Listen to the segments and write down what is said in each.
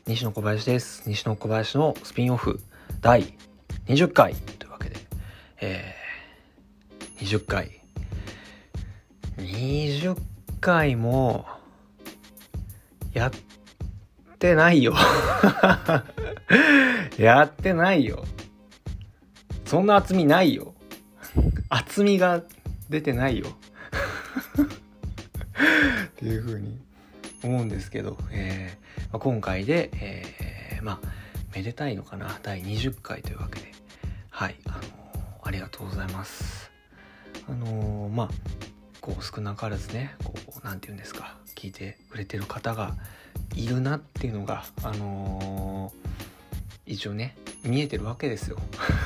西野小林です。西野小林のスピンオフ第20回というわけで、20回もやってないよやってないよ。そんな厚みないよ。厚みが出てないよっていう風に思うんですけど、今回で、めでたいのかな、第20回というわけで、はい、ありがとうございます。少なからずね、なんていうんですか、聞いてくれてる方がいるなっていうのが、一応ね見えてるわけですよ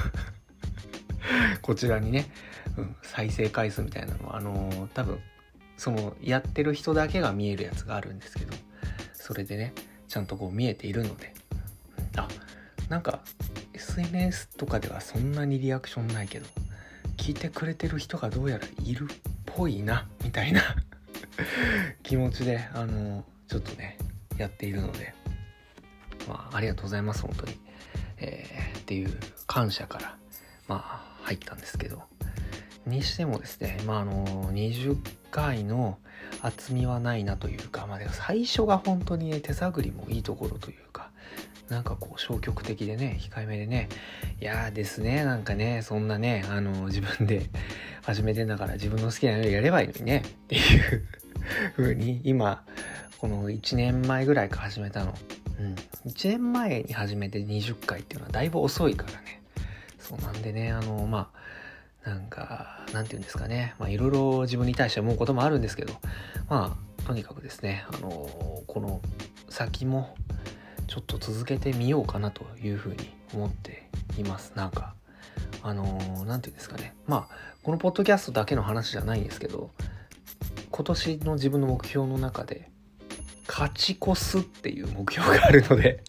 こちらにね、再生回数みたいなのは多分そのやってる人だけが見えるやつがあるんですけど、それでねちゃんと見えているので、なんか SNS とかではそんなにリアクションないけど聞いてくれてる人がどうやらいるっぽいなみたいな気持ちでちょっとねやっているので、ありがとうございます本当に、っていう感謝から入ったんですけど、にしてもですね、20回の厚みはないなというか、最初が本当にね手探りもいいところというか、なんか消極的でね控えめでね、いやですね、なんかねそんなね自分で始めてんだから自分の好きなようにやればいいのにねっていう風に、今この1年前ぐらいから始めたの、1年前に始めて20回っていうのはだいぶ遅いからね。そうなんでね、なんかなんていうんですかね、いろいろ自分に対して思うこともあるんですけど、とにかくですね、この先もちょっと続けてみようかなというふうに思っています。なんかなんていうんですかね、このポッドキャストだけの話じゃないんですけど、今年の自分の目標の中で勝ち越すっていう目標があるので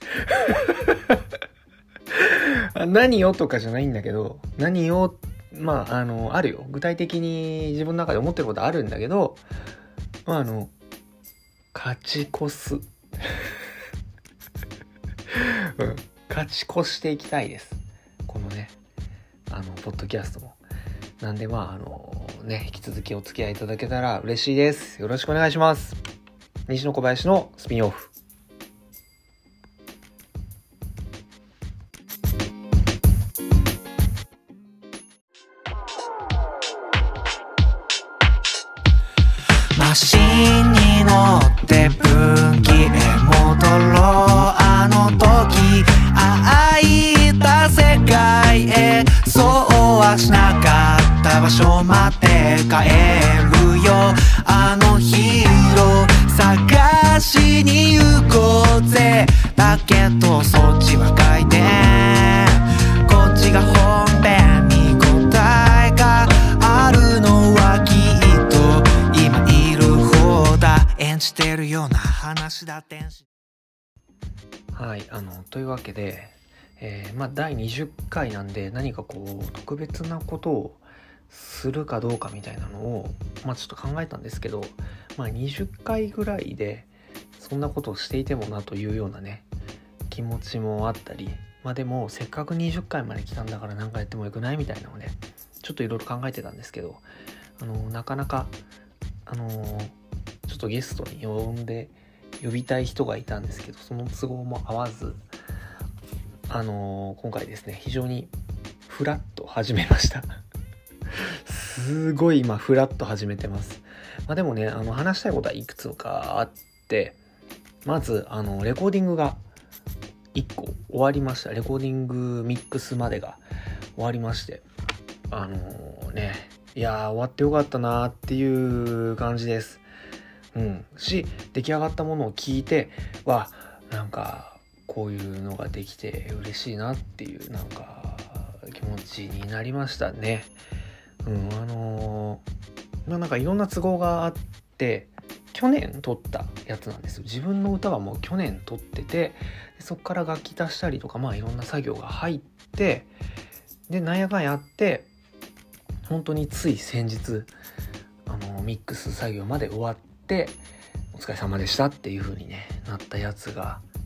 何をとかじゃないんだけど、何をあるよ、具体的に自分の中で思ってることあるんだけど、勝ち越す勝ち越していきたいです、このねポッドキャストも。なんで引き続きお付き合いいただけたら嬉しいです。よろしくお願いします。西野小林のスピンオフ。 マシンに乗って分岐へ戻ろう、あの時会いた世界へ、そうはしなかった場所まで帰るよ、あのヒーロー探しに行こうぜ。だけどそっちは回転、こっちが本編、見応えがあるのはきっと今いる方だ、演じてるような話だ天使。 はい、というわけで、第20回なんで何か特別なことをするかどうかみたいなのをちょっと考えたんですけど、20回ぐらいでそんなことをしていてもなというようなね気持ちもあったり、でもせっかく20回まで来たんだから何かやってもよくないみたいなのをねちょっといろいろ考えてたんですけど、なかなかちょっとゲストに呼びたい人がいたんですけど、その都合も合わず、今回ですね非常にフラッと始めましたすごい今フラッと始めてます。でもね話したいことはいくつかあって、まずレコーディングが1個終わりました。レコーディングミックスまでが終わりまして、いやー終わってよかったなーっていう感じです。出来上がったものを聞いてなんかこういうのができて嬉しいなっていうなんか気持ちになりましたね。なんかいろんな都合があって去年撮ったやつなんですよ。自分の歌はもう去年撮ってて、そこから楽器足したりとかいろんな作業が入って、でなんやかんやって本当につい先日ミックス作業まで終わってお疲れ様でしたっていう風にねなったやつが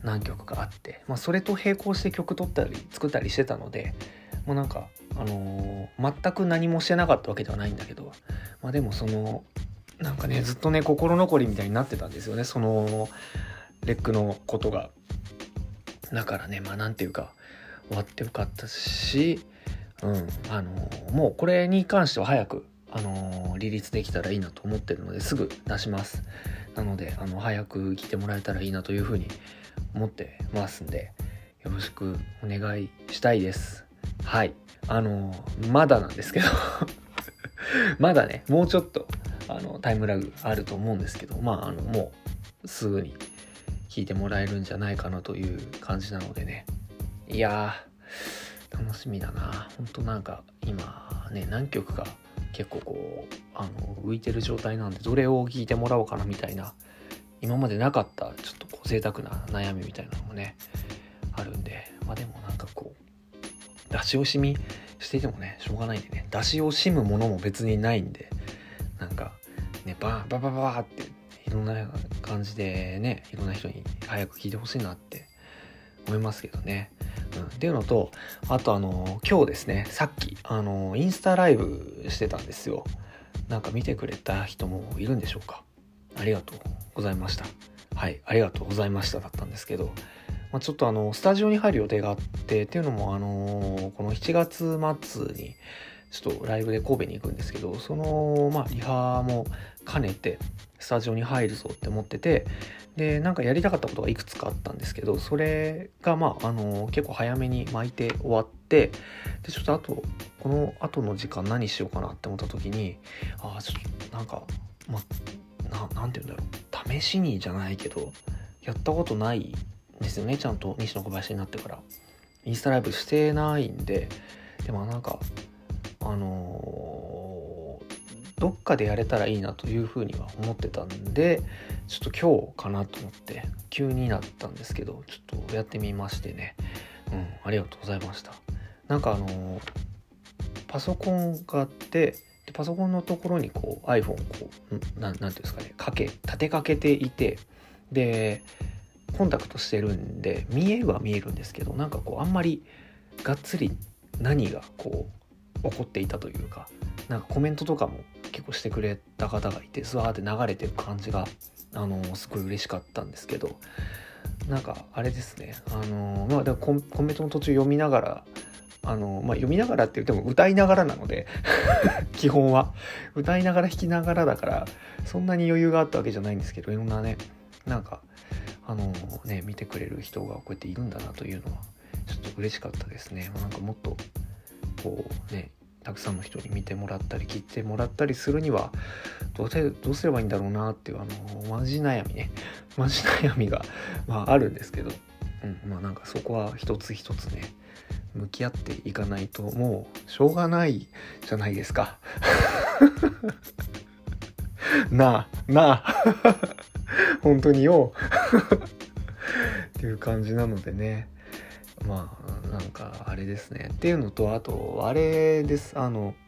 何曲かあって、それと並行して曲作ったりしてたので、もうなんか全く何もしてなかったわけではないんだけど、でもなんかねずっとね心残りみたいになってたんですよね、そのレックのことが。だからねなんていうか終わってよかったし、もうこれに関しては早くリリースできたらいいなと思ってるので、すぐ出します。なので早く聞いてもらえたらいいなというふうに思ってますんで、よろしくお願いしたいです。はい、まだなんですけどまだねもうちょっとタイムラグあると思うんですけど、もうすぐに聞いてもらえるんじゃないかなという感じなのでね、いやー楽しみだな。本当なんか今ね何曲か結構こう浮いてる状態なんで、どれを聞いてもらおうかなみたいな、今までなかったちょっとこう贅沢な悩みみたいなのもねあるんで、でもなんかこう出し惜しみしていてもねしょうがないんでね、出し惜しむものも別にないんで、なんかねバーっていろんな感じでね、いろんな人に早く聞いてほしいなって思いますけどね。っていうのと、あと今日ですね、さっきインスタライブしてたんですよ。なんか見てくれた人もいるんでしょうか。ありがとうございました。はい、ありがとうございましただったんですけど、ちょっとスタジオに入る予定があって、っていうのもこの7月末にちょっとライブで神戸に行くんですけど、そのリハも兼ねてスタジオに入るぞって思ってて、でなんかやりたかったことがいくつかあったんですけど、それが結構早めに巻いて終わって、でちょっとこの後の時間何しようかなって思った時に、ちょっとなんかなんて言うんだろう、試しにじゃないけどやったことないんですよね。ちゃんと西野小林になってからインスタライブしてないんで、でもなんかどっかでやれたらいいなというふうには思ってたんで、ちょっと今日かなと思って急になったんですけど、ちょっとやってみましてね、ありがとうございました。なんかパソコンがあって、でパソコンのところにこう iPhone をこうなんていうんですかね、立てかけていて、でコンタクトしてるんで見えるは見えるんですけど、なんかこうあんまりがっつり何がこう起こっていたというか、なんかコメントとかも結構してくれた方がいて、スワーって流れてる感じがすごい嬉しかったんですけど、なんかあれですね、でもコメントの途中読みながら読みながらって言っても歌いながらなので基本は歌いながら弾きながらだから、そんなに余裕があったわけじゃないんですけど、いろんなねなんか見てくれる人がこうやっているんだなというのはちょっと嬉しかったですね。なんかもっとこうねたくさんの人に見てもらったり聞いてもらったりするにはどうすればいいんだろうなっていうマジ悩みがあるんですけど、なんかそこは一つ一つね向き合っていかないともうしょうがないじゃないですかなあ本当によっていう感じなのでね、なんかあれですねっていうのと、あとあれです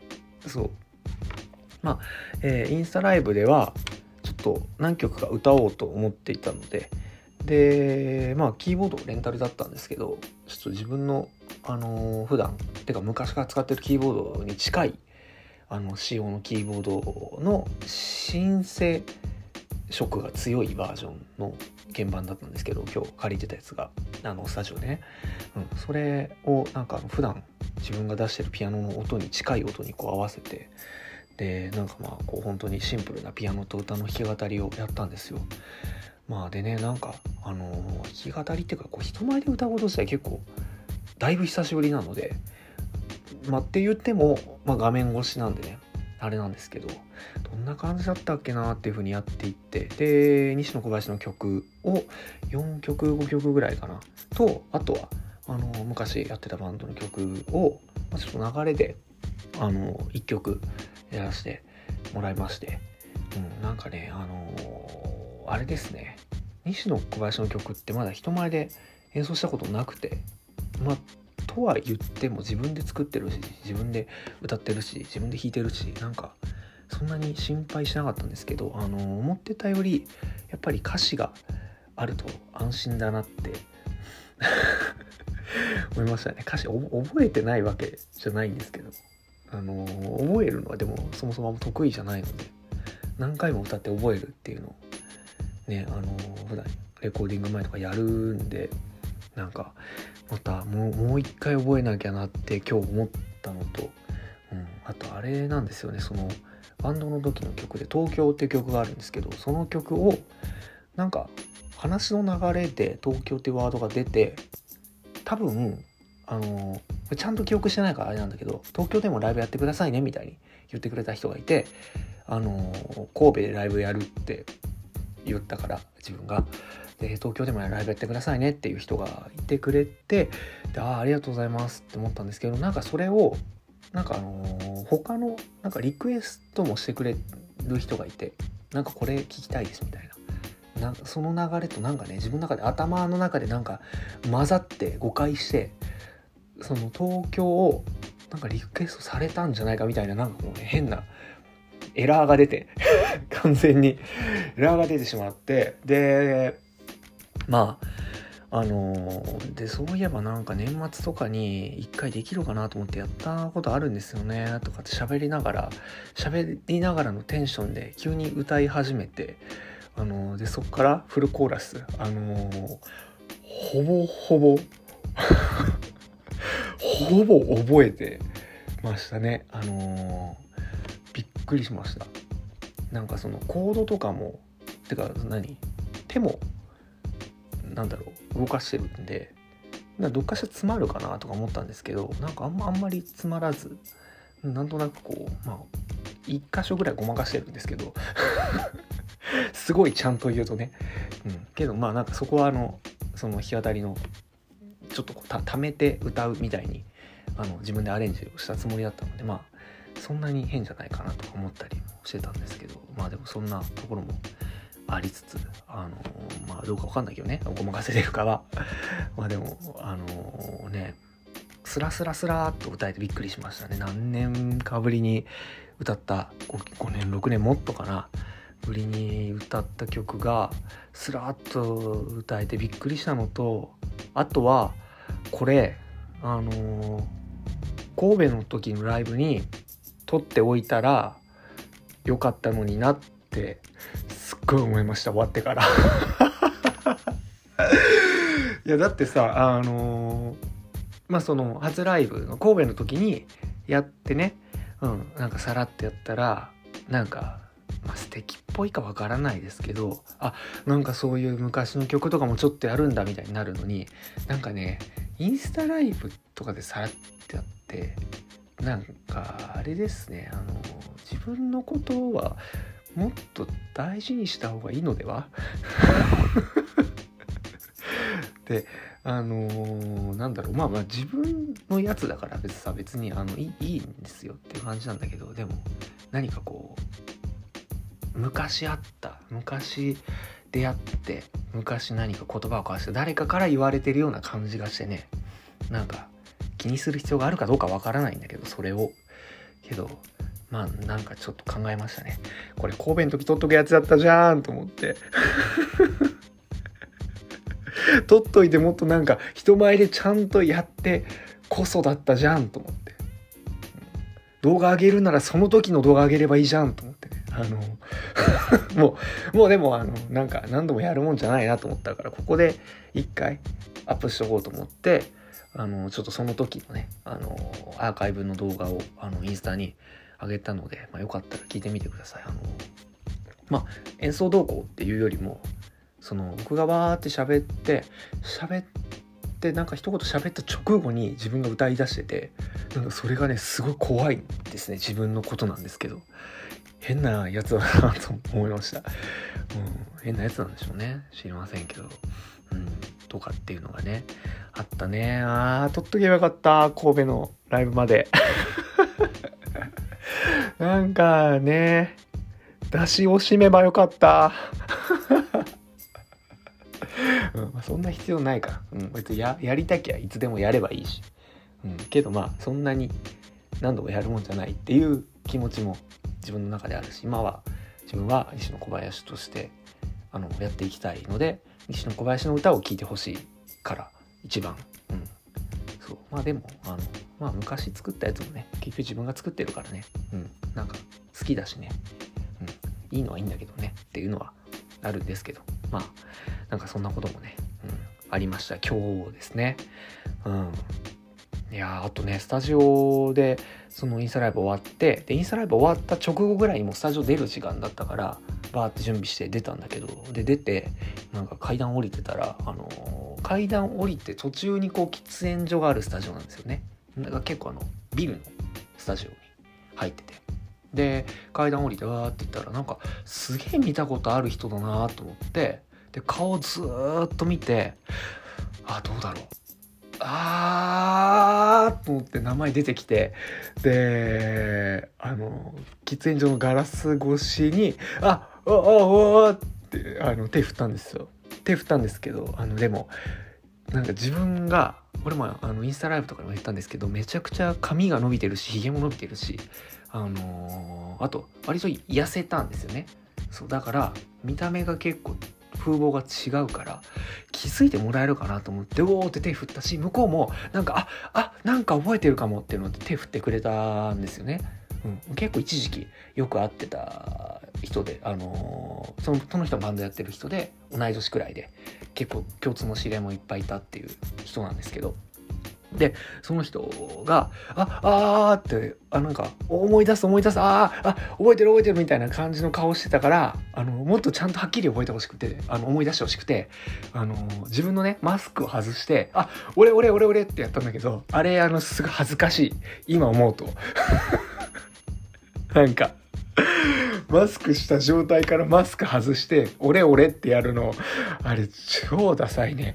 インスタライブではちょっと何曲か歌おうと思っていたので、キーボードレンタルだったんですけど、ちょっと自分の普段てか昔から使ってるキーボードに近い仕様のキーボードのシンセ色が強いバージョンの鍵盤だったんですけど、今日借りてたやつがスタジオでね、それをなんか普段自分が出してるピアノの音に近い音にこう合わせて、でなんかこう本当にシンプルなピアノと歌の弾き語りをやったんですよ。でねなんか弾き語りっていうかこう人前で歌うこと自体結構だいぶ久しぶりなので、って言っても、画面越しなんでねあれなんですけど、どんな感じだったっけなっていう風にやっていって、で西野小林の曲を4曲5曲ぐらいかなと、あとは昔やってたバンドの曲を、ちょっと流れで1曲やらせてもらいまして、なんかねあれですね、西野小林の曲ってまだ人前で演奏したことなくて、とは言っても自分で作ってるし自分で歌ってるし自分で弾いてるし、なんかそんなに心配しなかったんですけど、思ってたよりやっぱり歌詞があると安心だなって思いましたね。歌詞覚えてないわけじゃないんですけど、覚えるのはでもそもそも得意じゃないので、何回も歌って覚えるっていうのをね、普段レコーディング前とかやるんで、なんかまたもう一回覚えなきゃなって今日思ったのと、あとあれなんですよね、そのバンドの時の曲で東京っていう曲があるんですけど、その曲をなんか話の流れで東京っていうワードが出て、多分ちゃんと記憶してないからあれなんだけど、東京でもライブやってくださいねみたいに言ってくれた人がいて、神戸でライブやるって言ったから自分がで、東京でもライブやってくださいねっていう人がいてくれて、でありがとうございますって思ったんですけど、なんかそれをなんか他のなんかリクエストもしてくれる人がいて、なんかこれ聞きたいですみたいな、なんかその流れとなんかね、自分の中で頭の中でなんか混ざって誤解して、その東京をなんかリクエストされたんじゃないかみたいな、なんかもうね変なエラーが出て完全にエラーが出てしまって、ででそういえばなんか年末とかに一回できるかなと思ってやったことあるんですよねとかって喋りながらのテンションで急に歌い始めて、でそっからフルコーラスほぼほぼ覚えてましたね。びっくりしました。なんかそのコードとかも手も動かしてるんで、どっかしら詰まるかなとか思ったんですけど、なんかあんまり詰まらず、なんとなくこう一箇所ぐらいごまかしてるんですけどすごいちゃんと言うとね、けどなんかそこはその弾き語りのちょっと溜めて歌うみたいに自分でアレンジをしたつもりだったので、そんなに変じゃないかなと思ったりもしてたんですけど、でもそんなところもありつつ、どうかわかんないけどね、ごまかせてるかはでもスラーっと歌えてびっくりしましたね。何年かぶりに歌った、5年6年もっとかなぶりに歌った曲がスラーっと歌えてびっくりしたのと、あとはこれ神戸の時のライブに撮っておいたらよかったのになってすっごい思いました、終わってからいやだってさその初ライブの神戸の時にやってね、なんかさらってやったらなんか素敵っぽいかわからないですけど、なんかそういう昔の曲とかもちょっとやるんだみたいになるのに、なんかねインスタライブとかでさらってやって、なんかあれですね、自分のことはもっと大事にした方がいいのではで自分のやつだから別にいいんですよっていう感じなんだけど、でも何かこう昔出会って昔何か言葉を交わして誰かから言われてるような感じがしてね、なんか気にする必要があるかどうかわからないんだけど、それをけどなんかちょっと考えましたね。これ神戸の時撮っとくやつだったじゃんと思って撮っといてもっとなんか人前でちゃんとやってこそだったじゃんと思って、動画上げるならその時の動画上げればいいじゃんと思ってね、もうでもなんか何度もやるもんじゃないなと思ったから、ここで一回アップしとこうと思ってちょっとその時のねアーカイブの動画をインスタに上げたので、よかったら聞いてみてください。演奏動向っていうよりもその僕がバーって喋ってなんか一言喋った直後に自分が歌い出してて、なんかそれがねすごい怖いんですね。自分のことなんですけど変なやつだなと思いました。変なやつなんでしょうね、知りませんけど、とかっていうのがねあったね。撮っとけばよかった、神戸のライブまでなんかね出し惜しめばよかったそんな必要ないから、別に やりたきゃいつでもやればいいし、けどそんなに何度もやるもんじゃないっていう気持ちも自分の中であるし、今は自分は石野小林としてやっていきたいので、西野小林の歌を聴いてほしいから一番、そうまあでも昔作ったやつもね結局自分が作ってるからね、なんか好きだしね、いいのはいいんだけどねっていうのはあるんですけど、なんかそんなこともね、ありました今日ですね。いやあとねスタジオでそのインスタライブ終わって、でインスタライブ終わった直後ぐらいにもうスタジオ出る時間だったからバーって準備して出たんだけど、で出てなんか階段降りてたら階段降りて途中にこう喫煙所があるスタジオなんですよね。だから結構ビルのスタジオに入ってて、で階段降りてわーって言ったらなんかすげえ見たことある人だなと思って、で顔ずーっと見て、どうだろうと思って名前出てきて、で喫煙所のガラス越しにって手振ったんですよ。手振ったんですけどでもなんか自分が俺もインスタライブとかでも言ったんですけど、めちゃくちゃ髪が伸びてるしひげも伸びてるしあと割と痩せたんですよね。そうだから見た目が結構風貌が違うから気づいてもらえるかなと思っておーって手振ったし、向こうもなんかなんか覚えてるかもっていうので手振ってくれたんですよね。結構一時期よく会ってた人でその人はバンドやってる人で同い年くらいで結構共通の知り合いもいっぱいいたっていう人なんですけど、でその人がってなんか思い出す覚えてるみたいな感じの顔してたから、もっとちゃんとはっきり覚えてほしくて思い出してほしくて自分のねマスクを外して俺ってやったんだけど、あれすごい恥ずかしい今思うとなんかマスクした状態からマスク外して俺ってやるのあれ超ダサいね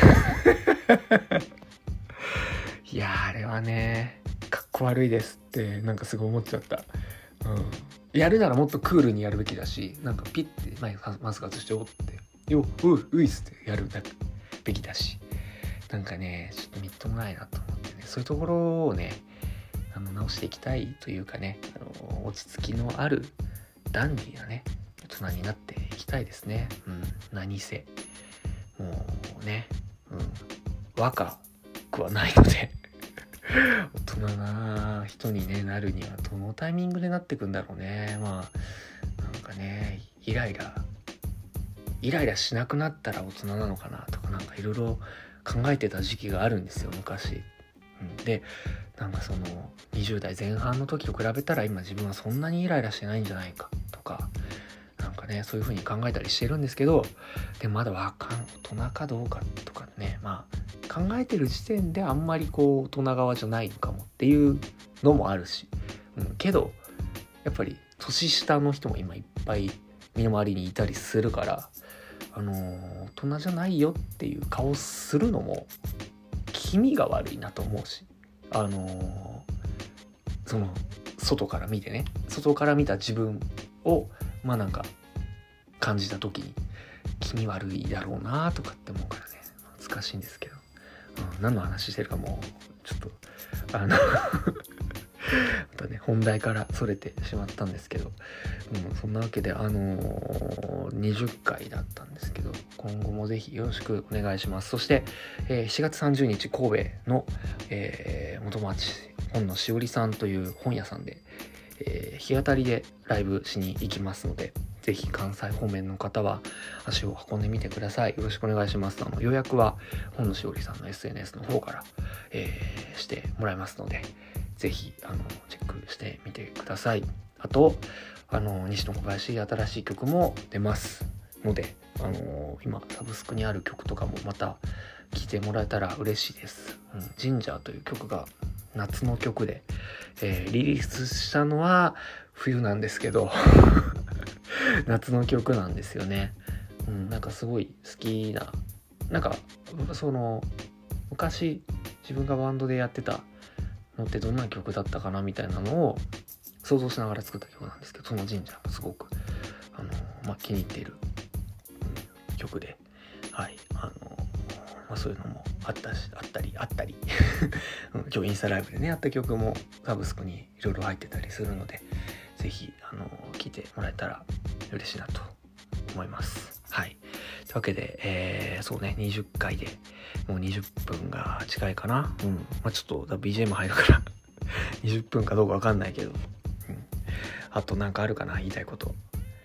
いやあれはねかっこ悪いですってなんかすごい思っちゃった。やるならもっとクールにやるべきだし、なんかピッて前マスク外しておってういっすってやるべきだし、なんかねちょっとみっともないなと思ってね、そういうところをね直していきたいというかね、落ち着きのあるダンディーなね大人になっていきたいですね。何せもうね、若くはないので大人な人に、ね、なるにはどのタイミングでなってくんだろうね。なんかねイライラしなくなったら大人なのかなとかなんかいろいろ考えてた時期があるんですよ昔。でなんかその20代前半の時と比べたら今自分はそんなにイライラしてないんじゃないかとかなんかねそういう風に考えたりしてるんですけど、でまだ大人かどうかとかね考えてる時点であんまりこう大人側じゃないのかもっていうのもあるし、けどやっぱり年下の人も今いっぱい身の回りにいたりするから大人じゃないよっていう顔するのも気味が悪いなと思うし、その外から見た自分をなんか感じた時に気味悪いだろうなとかって思うからね難しいんですけど、何の話してるかもうちょっとまたね本題からそれてしまったんですけど、そんなわけで20回だったんですけど今後もぜひよろしくお願いします。そして、7月30日神戸の、元町本のしおりさんという本屋さんで、弾き語りでライブしに行きますので、ぜひ関西方面の方は足を運んでみてください。よろしくお願いします。予約は本のしおりさんの SNS の方から、してもらいますので、ぜひチェックしてみてください。あと西野小林新しい曲も出ますので、今サブスクにある曲とかもまた聴いてもらえたら嬉しいです。ジンジャーという曲が夏の曲で、リリースしたのは冬なんですけど夏の曲なんですよね。なんかすごい好きな、なんかその昔自分がバンドでやってたのってどんな曲だったかなみたいなのを想像しながら作った曲なんですけど、その神社もすごく気に入っている、曲で、はいそういうのもあったり今日インスタライブでねやった曲もサブスクにいろいろ入ってたりするので、ぜひ聴いてもらえたら嬉しいなと思います。はい。 わけで、そうね、20回でもう20分が近いかな。ちょっと BGM 入るから20分かどうかわかんないけど、あとなんかあるかな、言いたいこと。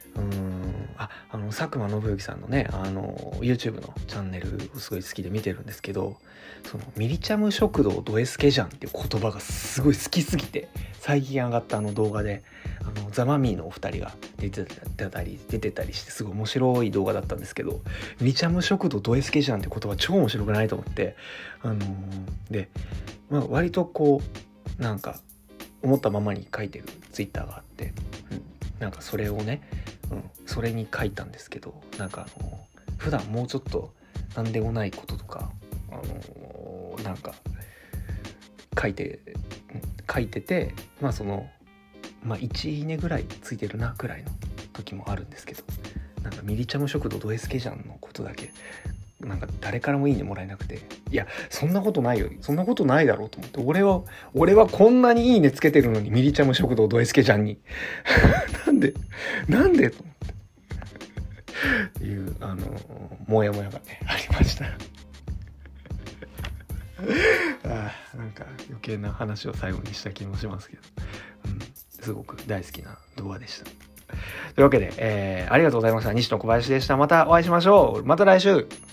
佐久間信之さんのね、YouTube のチャンネルをすごい好きで見てるんですけど、そのミリチャム食堂ド S ケじゃんっていう言葉がすごい好きすぎて、最近上がった動画でザ・マミィのお二人が出てたりしてすごい面白い動画だったんですけど、ミリチャム食堂ド S ケじゃんって言葉超面白くないと思って、で、割とこうなんか思ったままに書いてるツイッターがあって、なんかそれをね、それに書いたんですけど、なんか普段もうちょっとなんでもないこととかなんか書いてて、1いいねぐらいついてるなくらいの時もあるんですけど、なんかミリチャム食堂ド S ケジャンのことだけなんか誰からもいいねもらえなくて、いやそんなことないよ、そんなことないだろうと思って、俺はこんなにいいねつけてるのにミリチャム食堂ド S ケジャンになんでと思っていうモヤモヤがねありましたなんか余計な話を最後にした気もしますけど、すごく大好きな動画でした。というわけで、ありがとうございました。西野小林でした。またお会いしましょう。また来週。